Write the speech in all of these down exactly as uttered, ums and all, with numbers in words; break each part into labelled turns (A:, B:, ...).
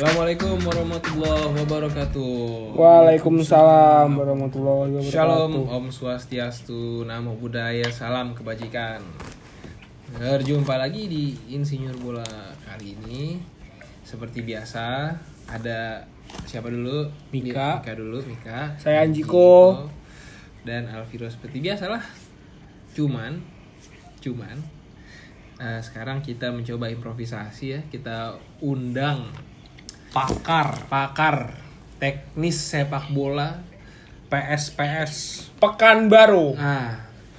A: Assalamualaikum warahmatullahi wabarakatuh.
B: Waalaikumsalam warahmatullahi wabarakatuh.
A: Shalom, Om Swastiastu, Namo Buddhaya, salam kebajikan. Berjumpa lagi di Insinyur Bola kali ini. Seperti biasa, ada siapa dulu?
B: Mika.
A: Mika dulu, Mika.
B: Saya Anjiko.
A: Dan Alviro seperti biasalah. Cuman, cuman, uh, sekarang kita mencoba improvisasi ya. Kita undang pakar, pakar teknis sepak bola P S P S
B: Pekanbaru.
A: Ah,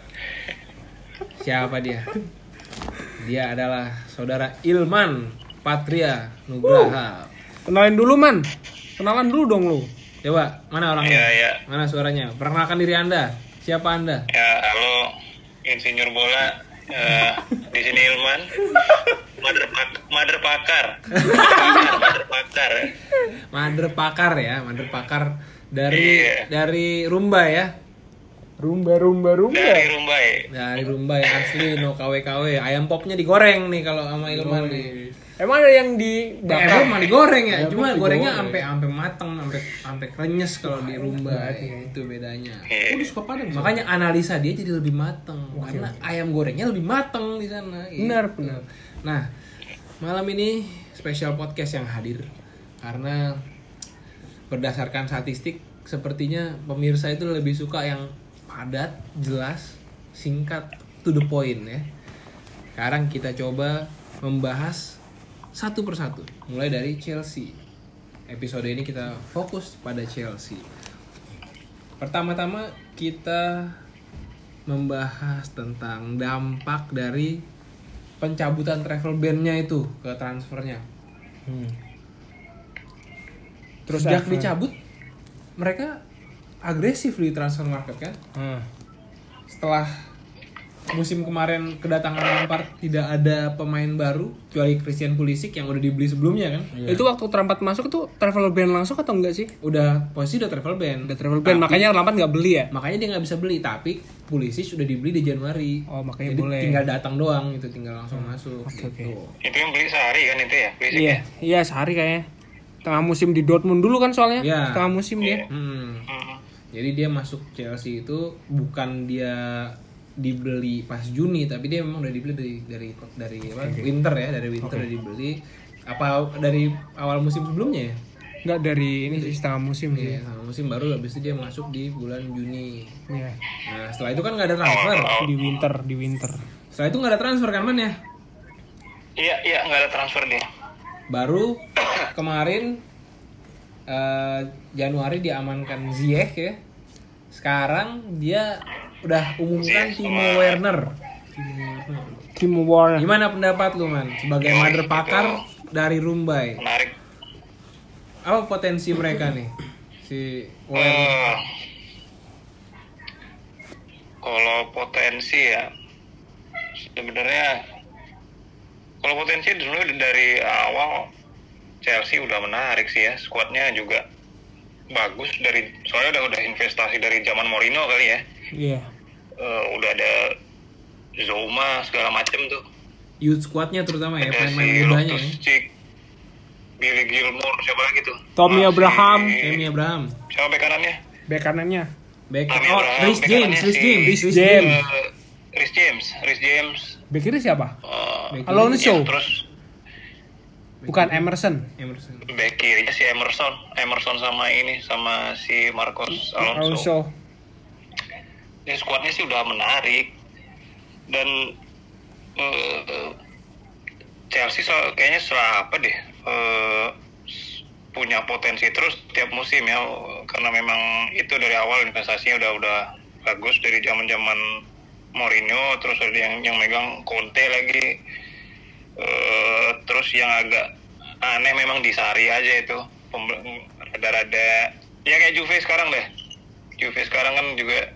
A: siapa dia? Dia adalah saudara Ilman Patria Nugraha.
B: Kenalin dulu man. Kenalan dulu dong lu.
A: Coba, mana orangnya?
C: Ya, ya.
A: Mana suaranya? Perkenalkan diri Anda. Siapa Anda?
C: Ya, halo Insinyur Bola. Uh, di sini Ilman. Mother, pak- mother pakar. Mother pakar.
A: Mother pakar ya, mother pakar dari
C: Iya.
A: dari Rumba ya.
B: Rumba rumba rumba.
C: Dari Rumbai.
A: Dari Rumba yang asli, no K W K W. Ayam popnya digoreng nih kalau sama Ilman nih.
B: Emang ada yang di
A: Eh, emang digoreng ya,
B: Ayam
A: cuma
B: pop
A: gorengnya
B: digoreng.
A: sampai sampai mateng, sampai sampai krenyes kalau di Rumba. Itu bedanya.
C: Iya.
B: Udah suka padang.
A: Makanya analisa dia jadi lebih mateng karena ayam gorengnya lebih mateng di sana.
B: Benar,
A: Gitu.
B: benar.
A: Nah, malam ini spesial podcast yang hadir karena berdasarkan statistik sepertinya pemirsa itu lebih suka yang padat, jelas, singkat, to the point ya. Sekarang kita coba membahas satu persatu, mulai dari Chelsea. Episode ini kita fokus pada Chelsea. Pertama-tama kita membahas tentang dampak dari pencabutan travel ban-nya itu ke transfernya.
B: Hmm.
A: Terus
B: Terus
A: sejak
B: apa?
A: dicabut, mereka agresif di transfer market kan.
B: Hmm.
A: Setelah musim kemarin kedatangan Lampard tidak ada pemain baru kecuali Christian Pulisic yang udah dibeli sebelumnya kan.
B: Itu waktu Lampard masuk itu travel ban langsung atau enggak sih?
A: Udah posisi udah travel ban.
B: Udah travel ban,
A: Tapi-
B: makanya Lampard nggak beli ya?
A: Makanya dia nggak bisa beli, tapi Pulisic sudah dibeli di Januari.
B: Oh, makanya
A: Jadi
B: boleh.
A: tinggal datang doang itu, tinggal langsung masuk.
B: Oke,
A: gitu.
C: Itu yang beli sehari kan itu ya? Beli
B: Iya, iya sehari kayaknya. Tengah musim di Dortmund dulu kan soalnya.
A: Iya.
B: Tengah musim dia.
A: Hmm.
C: Hmm.
A: Jadi dia masuk Chelsea itu bukan dia dibeli pas Juni, tapi dia memang udah dibeli dari dari dari apa? Winter ya, dari winter udah dibeli. Apa dari awal musim sebelumnya ya?
B: Enggak dari ini sih setengah musim
A: Iya,
B: sih.
A: sama musim baru habis itu dia masuk di bulan Juni.
B: Iya.
A: Nah, setelah itu kan nggak ada transfer.
B: Di winter, di winter.
A: Setelah itu nggak ada transfer kan man ya?
C: Iya, iya, nggak ada transfer dia.
A: Baru kemarin eh, Januari diamankan Ziyech ya. Sekarang dia udah umumkan
C: Ziyech
A: Timo
C: sama-
A: Werner.
B: Timo Werner.
A: Gimana pendapat lu man sebagai
C: Yo,
A: mother
C: itu
A: pakar dari Rumbai?
C: Menarik.
A: Apa potensi mereka nih? Si Werner.
C: Eh, kalau potensi ya, sebenarnya kalau potensi dulu dari awal Chelsea udah menarik sih ya, skuadnya juga bagus dari soalnya udah udah investasi dari zaman Mourinho kali ya.
B: Iya.
C: Eh, udah ada Zouma segala macem tuh.
A: Youth squadnya terutama ya,
C: Ada
A: pemain-pemain
C: si
A: mudanya ya.
C: Loftus-Cheek, Billy Gilmour, siapa lagi tuh?
B: Tommy
C: Masih-
B: Abraham.
A: Tammy Abraham.
C: Siapa bek kanannya?
B: Bek kanannya.
A: Back
C: Tommy
A: oh,
C: Abraham,
A: Rhys
C: bek
A: James,
C: kanannya
A: Rhys
C: si-
A: James,
B: Rhys
A: Rhys
B: James.
A: James.
C: Eh, Rhys James, Rhys James.
B: Bek kiri siapa?
C: eh,
A: Back
B: Alonso.
C: ya, terus
B: Bukan Emerson.
A: Emerson.
C: bek kirinya si Emerson, Emerson sama ini sama si Marcos Alonso.
B: Alonso.
C: Ya skuadnya sih udah menarik dan eh, Chelsea so, kayaknya apa deh eh, punya potensi terus tiap musim ya karena memang itu dari awal investasinya udah udah bagus dari zaman zaman Mourinho, terus ada yang yang megang Conte lagi. Eh, terus yang agak aneh memang di Sarri aja itu Pem- rada-rada ya kayak Juve sekarang deh. Juve sekarang kan juga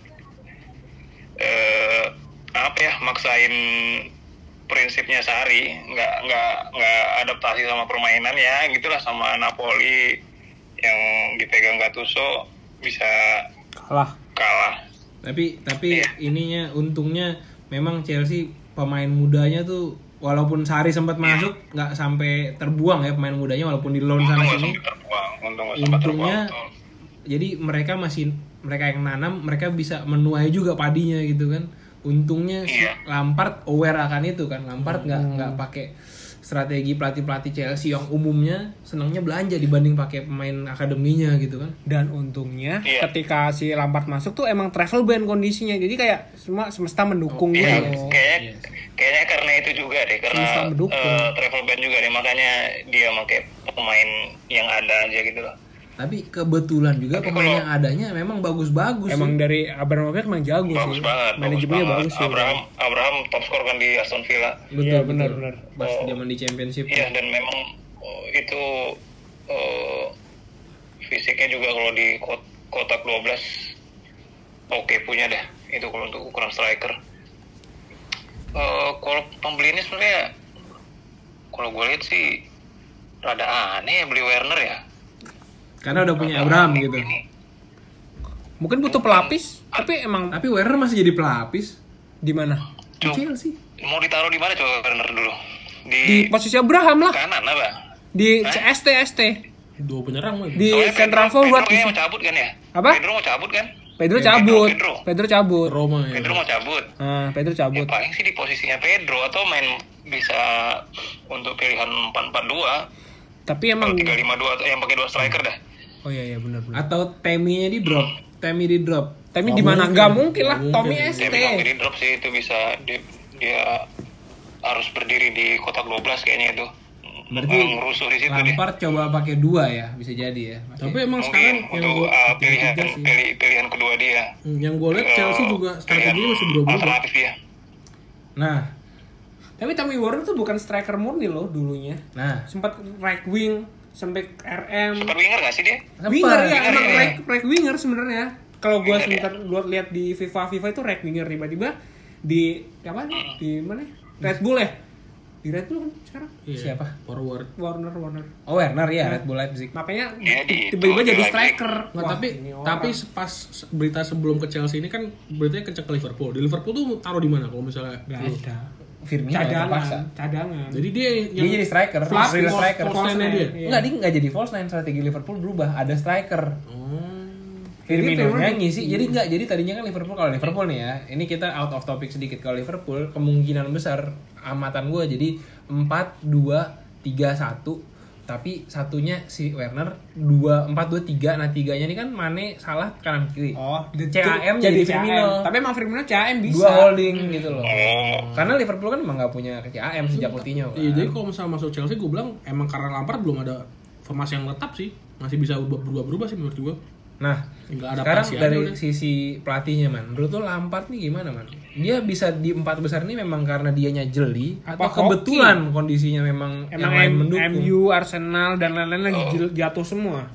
C: eh, apa ya maksain prinsipnya Sarri, nggak nggak nggak adaptasi sama permainan ya gitulah, sama Napoli yang dipegang Gattuso bisa
B: Kalah.
C: kalah.
A: Tapi tapi
C: Iya.
A: ininya untungnya memang Chelsea pemain mudanya tuh walaupun Sarri sempat masuk nggak sampai terbuang ya pemain mudanya walaupun di loan sana sini. Untungnya jadi mereka masih mereka yang nanam mereka bisa menuai juga padinya gitu kan. Untungnya
C: Iya.
A: Lampard aware akan itu kan. Lampard nggak
B: Hmm.
A: nggak pakai strategi pelatih-pelatih Chelsea yang umumnya senangnya belanja dibanding pakai pemain akademinya gitu kan.
B: Dan untungnya
C: Iya.
B: ketika si Lampard masuk tuh emang travel ban kondisinya. Jadi kayak semua semesta mendukung
A: Oh,
B: gitu.
C: Iya,
A: yes.
C: kayaknya
A: Yes.
C: kayaknya karena itu juga deh, karena
B: Bisa mendukung.
C: eh, travel ban juga deh, makanya dia pakai pemain yang ada aja gitu loh.
A: Tapi kebetulan juga
C: Tapi
A: pemain
C: kalau-
A: yang adanya memang bagus-bagus.
B: Emang
A: sih.
B: dari Abramovich emang jago
C: Bagus
B: sih.
C: banget,
B: Manajemennya
C: bagus,
B: bagus
C: banget.
B: sih.
C: Abraham Abraham top skor kan di Aston Villa.
A: betul
B: Iya,
A: betul.
B: benar-benar.
A: Pas
C: Oh.
A: zaman di championship.
C: Iya, dan memang oh, itu eh, fisiknya juga kalau di kot- kotak dua belas oke punya dah. Itu kalau untuk ukuran striker. Eh, kalau pembeliannya sebenarnya kalau gue lihat sih rada aneh ya beli Werner ya.
A: Karena udah punya Abraham gitu.
C: Ini
B: Mungkin butuh pelapis, tapi emang
A: Tapi Werner masih jadi pelapis
B: di mana?
A: di
C: Cuk,
A: Chelsea.
C: mau ditaruh di mana coba Werner dulu? Di,
B: Di posisi Abraham lah.
C: kanan apa?
B: Di
C: Hah?
B: C S T S T.
D: Dua penyerang mah.
B: Di
C: Soalnya
B: central
C: Pedro-
B: forward.
C: Pedro kayaknya mau cabut kan ya?
B: Apa?
C: Pedro mau cabut kan?
B: Pedro
C: Pedro,
B: cabut.
C: Pedro.
B: Pedro cabut.
D: Roma ya.
C: Pedro mau cabut.
B: Nah, Pedro
C: Ya
B: cabut.
C: paling sih di posisinya Pedro atau main bisa untuk pilihan empat empat dua
B: Tapi
C: atau
B: emang
C: tiga lima dua atau yang pakai dua striker dah.
B: Oh iya iya benar benar.
A: Atau Temi-nya di drop. Temi di drop.
B: Tapi
D: Nggak
B: di mana?
D: mungkin.
B: Enggak mungkin lah.
D: Nggak
B: Tommy
D: mungkin.
B: S
C: Dia
B: T.
C: bilang di drop sih itu bisa dia, dia harus berdiri di kotak dua belas kayaknya itu.
A: Berarti
C: Eh, ngerusuh di situ dia.
A: Lampard coba pakai dua ya, bisa jadi ya. Pakai-
D: Tapi emang
C: Mungkin
D: sekarang yang
C: untuk
D: gue
C: uh, pilihan
D: tiga sih.
C: pilih, pilihan kedua dia.
D: Hmm, yang gue lihat Chelsea
C: Eh,
D: juga
C: pilihan
D: strateginya masih berubah-ubah.
C: alternatif dia.
A: Nah,
B: Tapi Tommy Warner tuh bukan striker murni loh dulunya.
A: nah.
B: Sempat right wing, sampai R M.
C: Super winger gak sih dia?
B: Winger ya,
A: Sempat.
B: emang right, right winger sebenarnya. Kalau gue
C: Winger
B: sebentar gua lihat di FIFA FIFA itu right winger tiba-tiba di apa nih? Di mana? Red Bull ya? Di Red Bull kan sekarang.
D: Iya,
A: Siapa?
D: Forward.
B: Warner Warner.
A: Oh, Werner ya, Red Bull Leipzig.
B: Makanya
C: Dia di-
B: tiba-tiba
C: di
B: jadi
C: Leipzig.
B: striker.
D: Nggak,
B: Wah,
D: tapi
B: ini orang.
D: tapi pas se- berita sebelum ke Chelsea ini kan beritanya kecek ke Liverpool. Di Liverpool tuh taruh di mana kalau misalnya?
B: nggak ada.
A: Firmino
B: Cadangan,
A: terpaksa.
B: cadangan.
D: Jadi dia
A: Dia
D: yang
A: jadi striker,
D: False-
A: real
D: false-
A: striker.
D: false line-nya dia.
B: Iya.
A: Enggak, dia enggak jadi false nine, strategi Liverpool berubah, ada striker.
D: Oh.
A: Firmino
B: Firmino
A: nya ngisi. Jadi enggak, jadi tadinya kan Liverpool kalau Liverpool nih ya. Ini kita out of topic sedikit. Kalau Liverpool kemungkinan besar amatan gue jadi empat dua tiga satu, tapi satunya si Werner dua empat dua tiga. Nah, tiganya ini kan Mane, Salah kanan kiri.
B: Oh,
A: C A M jadi
B: C A M.
A: Firmino.
B: Tapi emang Firmino C A M bisa.
A: Dua holding gitu loh.
C: Oh,
A: Karena Liverpool kan emang nggak punya C A M sejak Coutinho. Kan?
D: Iya, jadi kalau misalnya masuk Chelsea gue bilang emang karena Lampard belum ada formasi yang tetap sih. Masih bisa berubah-berubah sih menurut gue.
A: Nah,
D: Nggak
A: sekarang
D: adaptasi aja
A: dari
D: udah.
A: sisi pelatihnya man, menurut tuh Lampard nih gimana man? Dia bisa di empat besar ini memang karena dianya jeli atau
B: Apa
A: kebetulan kondisinya memang,
B: Emang
A: yang lain
B: M-
A: mendukung?
B: MU, Arsenal dan lain-lain lagi
C: Oh.
B: jel- jatuh semua.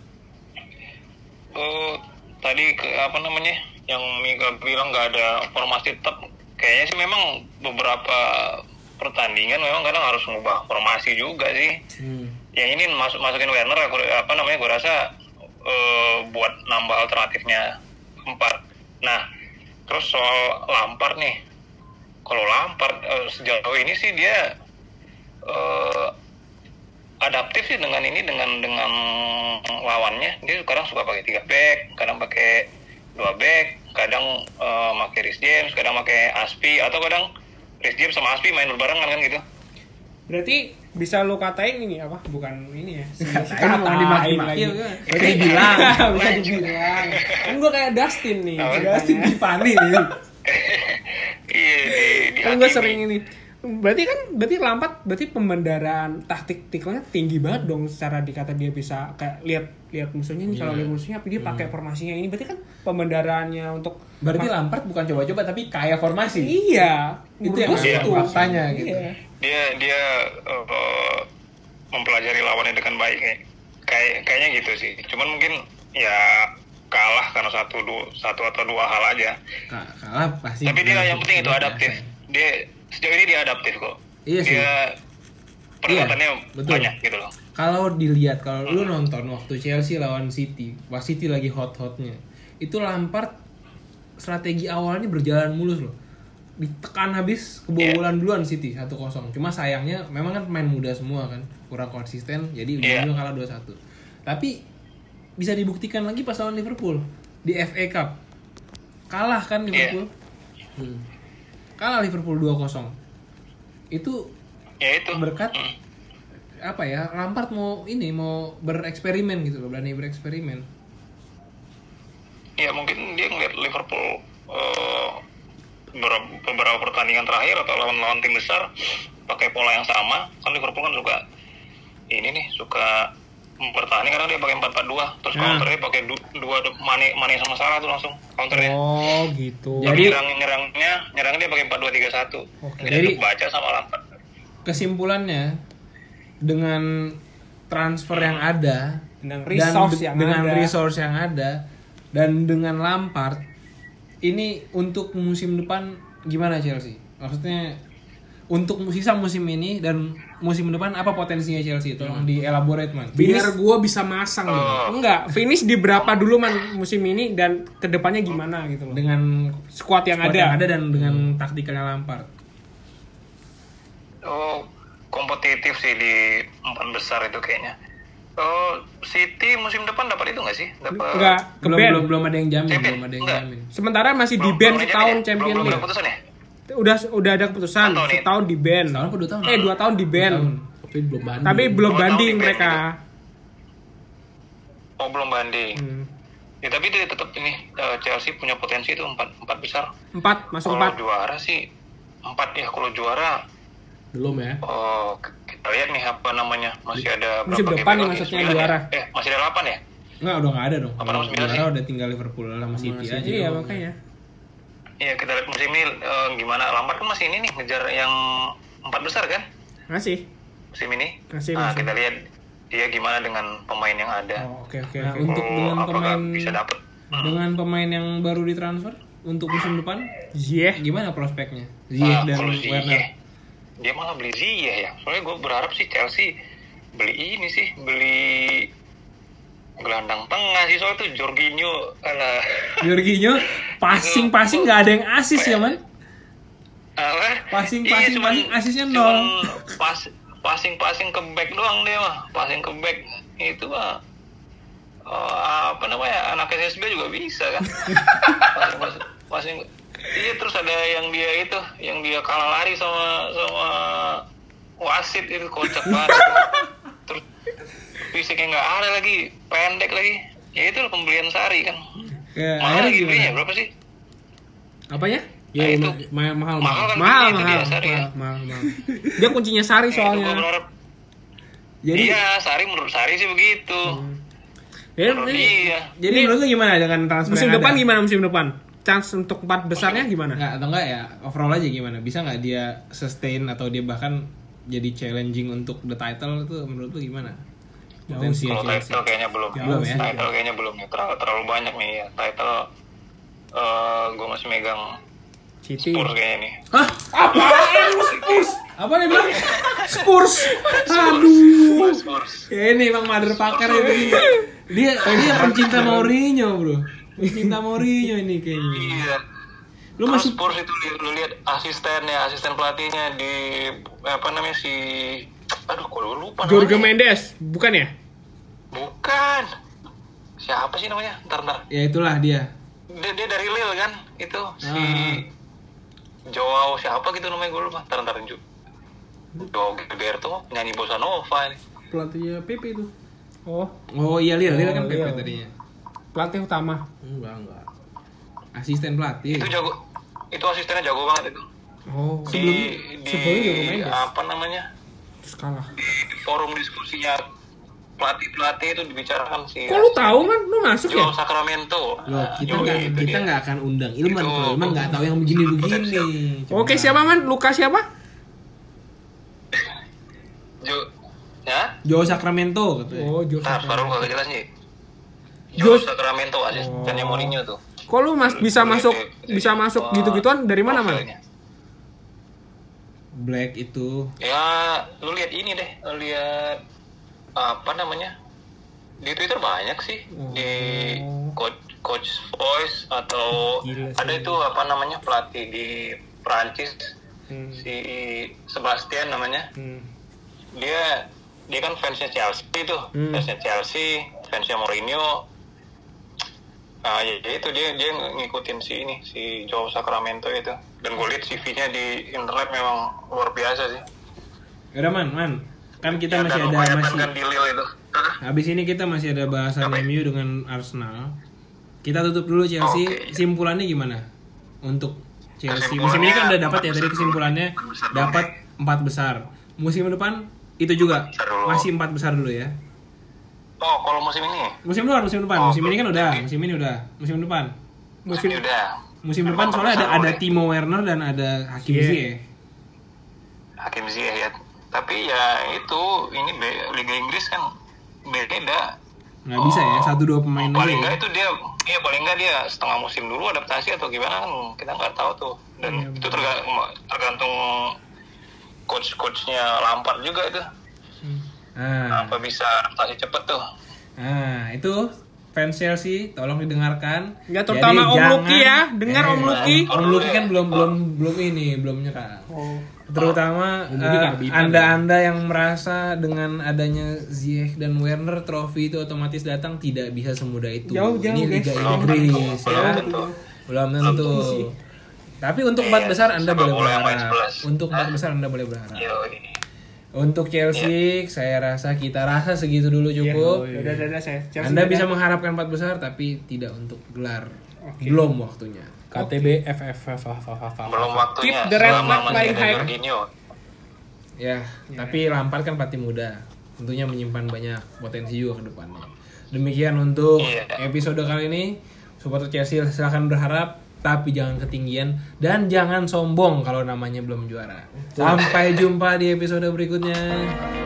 C: eh, tadi ke apa namanya yang Mika bilang nggak ada formasi tetap. Kayaknya sih memang beberapa pertandingan memang kadang harus mengubah formasi juga sih.
D: Hmm.
C: Yang ini masuk masukin Werner aku apa namanya gue rasa eh, buat nambah alternatifnya empat. Nah, terus soal Lampard nih, kalau Lampard eh, sejauh ini sih dia eh, adaptif sih dengan ini dengan dengan lawannya. Dia kadang suka pakai tiga back, kadang pakai dua back, kadang eh, pakai Reece James, kadang pakai Aspi atau kadang Reece James sama Aspi main berbarengan kan gitu.
B: Berarti bisa lo katain ini apa? Bukan ini ya. Si
A: Katain,
B: bukan dimaki-maki
A: lagi.
B: lagi.
A: Berarti dibilang.
B: Bisa dibilang. Kan gue kayak Dustin nih.
C: Apa?
B: Dustin Tiffany nih.
C: Iya, di, di
B: Kan gue sering ini. Berarti kan berarti Lampard berarti pembendaraan taktik tikalnya tinggi banget dong secara dikata dia bisa kayak lihat lihat musuhnya nih kalau
D: Iya.
B: lihat musuhnya apa dia pakai formasinya ini berarti kan pembendaraannya untuk
A: Berarti Lampard bukan coba-coba tapi kaya formasi.
B: iya
A: Itu
B: menurut
A: yang
B: gua
C: iya,
B: itu.
A: faktanya gitu.
B: Iya.
C: dia dia uh, mempelajari lawannya dengan baik kayak kayak kayaknya gitu sih. Cuman mungkin ya kalah karena satu dua satu atau dua hal aja.
A: Ka- Kalah pasti.
C: Tapi dia yang penting itu
A: Biasa.
C: adaptif. Dia sejauh ini dia adaptif kok.
A: Iya sih.
C: Dia perdebatannya
A: Iya, betul.
C: banyak gitu loh.
A: Kalau dilihat, kalau lu nonton waktu Chelsea lawan City, pas City lagi hot-hotnya, itu Lampard strategi awalnya berjalan mulus loh. ditekan habis kebobolan duluan City satu kosong. Cuma sayangnya memang kan pemain muda semua kan, kurang konsisten jadi ujungnya
C: Yeah.
A: kalah dua satu. Tapi bisa dibuktikan lagi pas lawan Liverpool di F A Cup. Kalah kan Liverpool.
C: Yeah.
A: Hmm. Kalah Liverpool dua kosong. Itu
C: Ya itu.
A: berkat
C: Hmm.
A: apa ya? Lampard mau ini mau bereksperimen gitu loh, berani bereksperimen.
C: Ya mungkin dia ngeliat Liverpool uh, beberapa, beberapa pertandingan terakhir atau lawan-lawan tim besar pakai pola yang sama. Kan Liverpool kan suka ini nih suka bertahan karena dia pakai empat empat dua, terus
B: Nah.
C: counternya pakai du- dua Mane Mane sama Salah tuh langsung counternya.
B: Oh gitu.
A: Jadi-
C: Jadi nyerang nyerangnya nyerangnya dia pakai empat dua tiga satu.
B: Oke.
A: Jadi-
C: Jadi baca sama Lampard.
A: Kesimpulannya dengan transfer yang ada
B: Dengan
A: dan
B: resource
A: de-
B: yang
A: dengan
B: ada.
A: resource yang ada dan dengan Lampard ini untuk musim depan gimana Chelsea? Maksudnya untuk sisa musim ini dan musim depan apa potensinya Chelsea? Tolong dielaborate man.
D: Biar gue bisa masang nih.
C: Oh,
B: Enggak, finish di berapa dulu man musim ini dan kedepannya gimana gitu loh.
A: Dengan
B: Squad yang
A: squad
B: ada.
A: yang ada dan dengan taktikalnya Lampard.
C: oh kompetitif sih di empat besar itu kayaknya. Oh, City musim depan dapat itu nggak sih? Dapat
B: Enggak, ke
A: Belum,
B: ban.
A: belum belum ada yang jamin,
C: Champion?
A: belum ada yang
C: Enggak.
A: jamin.
B: Sementara masih di
C: Belum-
B: ban
C: belum ada
B: setahun
C: jamin ya?
B: Champion
C: belum, belum ada
B: League.
C: keputusan ya?
B: Udah udah ada keputusan
C: Setahun ya?
B: setahun di ban.
A: Setahun apa dua tahun?
B: Eh dua tahun di ban.
A: Tahun.
D: Tapi belum banding.
B: Tapi belum
C: Dua tahun
B: banding
C: di ban
B: mereka.
C: Oh belum banding.
B: Hmm.
C: Ya tapi itu tetap ini eh, Chelsea punya potensi itu empat empat besar.
B: Empat masuk
C: Kalau
B: empat.
C: juara sih empat ya. Kalau juara
D: belum ya.
C: oh k- kita lihat nih apa namanya masih ada
B: Musim
C: berapa
B: depan
C: game
B: nih
C: lagi?
B: maksudnya
C: Sembilan
B: juara.
C: Ya? Eh masih ada delapan ya?
A: Enggak, udah enggak ada dong.
C: Apa nama sembilan
A: Juara
C: sih?
A: udah tinggal Liverpool sama City aja.
B: Iya
A: dong.
B: makanya.
C: Iya kita lihat musim ini eh, gimana Lampard kan masih ini nih ngejar yang empat besar kan
B: Masih.
C: musim ini.
B: Masih,
C: Nah
B: masih.
C: kita lihat dia gimana dengan pemain yang ada.
B: Oh, oke oke
A: Nah,
B: oke.
A: untuk
C: Oh,
A: dengan
C: apakah
A: pemain
C: bisa dapet? Hmm.
A: dengan pemain yang baru ditransfer untuk musim depan
B: Ziyech.
A: gimana prospeknya? Ziyech
C: Ah,
A: dan
C: kalau
A: Werner.
C: Ziyech, dia malah beli Ziyech ya. Soalnya gue berharap sih Chelsea beli ini sih, beli gelandang tengah sih. Soalnya tuh Jorginho, alah,
A: Jorginho passing-passing nggak ada yang asis ya man.
C: apa?
A: Passing,
C: Iya,
A: passing,
C: cuman-
A: passing, asisnya
C: cuman
A: nol.
C: Pas, passing passing ke back doang dia mah, passing ke back itu mah. eh, apa namanya anak S S B juga bisa kan? passing, passing, passing. Iya terus ada yang dia itu, yang dia kalah lari sama sama wasit itu kocak banget. Terus fisiknya nggak ada lagi, pendek lagi. Ya itu loh pembelian Sari kan.
A: Ya,
C: Mahal
A: akhirnya
C: lagi belinya
A: gimana?
C: berapa sih?
A: Apanya?
C: Nah,
A: Ya,
C: itu.
A: ma- mahal,
C: Mahal kan
B: Mahal,
C: itu
B: mahal,
C: dia Sari ya.
A: mahal, mahal.
B: Dia kuncinya Sari
C: Nah, itu
B: soalnya.
C: gua berharap.
A: Jadi,
C: Iya, Sari menurut Sari sih begitu.
A: ya,
C: Menurut
A: jadi,
C: dia.
A: jadi menurut lu gimana dengan transfer
B: Musim
A: yang
B: depan
A: ada?
B: gimana musim depan? Chance untuk empat besarnya gimana?
A: Nggak, atau enggak ya overall aja gimana? Bisa nggak dia sustain atau dia bahkan jadi challenging untuk the title itu menurut lu gimana? Potensi
C: Kalau
A: Chelsea.
C: title kayaknya belum.
A: Belum ya?
C: Title kayaknya belum ya. Terlalu, terlalu banyak nih ya. Title eh gue masih megang
B: City.
C: Spurs kayaknya nih.
A: Hah? Apaan lu Spurs? Apa dia bilang? Spurs. Aduh.
C: Spurs.
A: Ya ini Bang Motherfucker itu dia. Dia dia pencinta Mourinho, Bro. Pencinta Mourinho ini kayaknya.
C: Iya.
A: Lu
C: Terus
A: masih
C: Spurs itu li- lu lihat asistennya, asisten pelatihnya di apa namanya si aduh kok lupa
B: Jorge
C: namanya.
B: Mendes, bukan ya?
C: Bukan. Siapa sih namanya? Ntar ntar.
A: ya itulah dia.
C: Dia, dia dari Lille kan? Itu si
A: Ah.
C: Joao siapa gitu namanya gue lupa. Ntar ntar Ju. Joao Gilberto penyanyi bossa nova ini.
D: Pelatihnya P P itu.
B: Oh,
A: Oh iya Lil, Lil kan
B: Oh,
A: P P
B: Lil.
A: tadinya.
B: pelatih utama.
D: Enggak, enggak.
A: Asisten pelatih.
C: Itu jago. Itu asistennya jago banget itu.
B: Oh,
C: Di, di
B: sebelum Jorge Mendes.
C: apa namanya?
B: terus kalah.
C: Forum diskusinya pelatih-pelatih itu dibicarakan sih.
B: Kok lu tahu man? Lu masuk ya?
C: Joao Sacramento.
A: Loh, kita
C: Yoi,
A: nggak
C: itu
A: kita
C: dia.
A: nggak akan undang Ilman
C: Itu
A: kalau Ilman nggak tahu yang begini-begini.
B: Oke, siapa man? Luka siapa?
C: Jo, ya?
A: Joe Sacramento katanya.
B: Oh, Jose.
C: Ntar, baru kagak jelas nih.
B: Jos-
C: Joao Sacramento asistennya
B: Oh.
C: Mourinho tuh.
B: Kok lu mas bisa
C: Lu
B: masuk
C: lihat deh,
B: bisa
C: deh,
B: masuk
C: uh,
B: gitu-gituan dari mana man?
C: profilnya.
A: Black itu.
C: Ya, lu lihat ini deh, lu lihat apa namanya? Di Twitter banyak sih, di coach coach voice atau
B: Gila sih.
C: ada itu apa namanya pelatih di Prancis,
B: Hmm.
C: si Sebastian namanya.
B: Hmm.
C: Dia dia kan fansnya Chelsea tuh,
B: Hmm.
C: fansnya Chelsea, fansnya Mourinho. Ah ya itu dia dia ngikutin si ini si Joao Sacramento itu. Dan gue liat C V-nya di internet memang luar biasa sih.
A: Yaudah man, man. Kan kita
C: Ya,
A: masih
C: dan
A: ada
C: lumayan
A: masih
C: kan di Lille itu.
A: habis ini kita masih ada bahasan
C: Apa?
A: M U dengan Arsenal. Kita tutup dulu Chelsea.
C: Oke.
A: Kesimpulannya gimana untuk Chelsea?
C: Kesimpulannya
A: Musim ini kan udah dapat ya
C: empat
A: tadi
C: besar
A: kesimpulannya
C: dulu. Empat besar dulu.
A: dapat empat besar. Musim depan itu juga
C: Empat besar dulu.
A: masih empat besar dulu ya.
C: Oh kalau musim ini
A: Musim depan, musim depan.
C: Oh,
A: Musim ini kan udah,
C: berarti-
A: musim ini udah. Musim depan.
B: Musim
C: ini udah.
A: Musim depan
C: Empat
A: soalnya ada
C: besar
A: ada
C: dulu.
A: Timo Werner dan ada Hakim
B: Ziyech.
A: Ziyech.
C: Hakim Ziyech ya. Tapi ya itu ini be- Liga Inggris kan beda.
A: Nggak bisa ya, satu dua pemain aja
C: Paling
A: ya.
C: nggak itu dia, iya paling nggak dia setengah musim dulu adaptasi atau gimana kan kita nggak tahu tuh. Dan
B: Iya,
C: itu tergantung, tergantung coach-coachnya Lampard juga itu.
A: Nah,
C: Apa bisa adaptasi cepet tuh?
A: nah itu fans Chelsea tolong didengarkan.
B: Ya, terutama
A: Jadi
B: Om
A: jangan-
B: Lucky ya. Dengar Om Lucky.
A: Om Lucky kan belum belum belum ini, belum nyerah.
B: Oh.
A: Terutama
D: Om Lucky
A: eh,
D: karbitan,
A: anda-anda yang merasa dengan adanya Ziyech dan Werner trofi itu otomatis datang, tidak bisa semudah itu.
B: Jauh, jauh,
A: Ini
B: guys.
A: Liga
C: Belum
A: Inggris
C: tentu,
A: ya.
C: belum tentu.
A: Belum tentu. Tapi untuk empat
C: Iya,
A: besar Anda
C: sepak
A: boleh
C: bola yang main
A: berharap.
C: sebelas.
A: Untuk empat besar Anda boleh berharap.
C: Yoi.
A: Untuk Chelsea, saya rasa kita rasa segitu dulu cukup.
B: Ya, udah, udah, udah, saya. Chelsea
A: Anda
B: udah.
A: bisa mengharapkan empat besar, tapi tidak untuk gelar.
B: Oke.
A: Belum waktunya.
D: K T B F F F F F F.
C: Belum waktunya.
B: Keep the red
C: selama
B: flag
C: masih
B: flying
C: ada
B: high.
C: Jorginho.
A: Ya, tapi Lampard kan pelatih muda. Tentunya menyimpan banyak potensi juga ke depannya. Demikian untuk
C: Iya.
A: episode kali ini. Supporter Chelsea silahkan berharap, tapi jangan ketinggian dan jangan sombong kalau namanya belum juara. Sampai jumpa di episode berikutnya.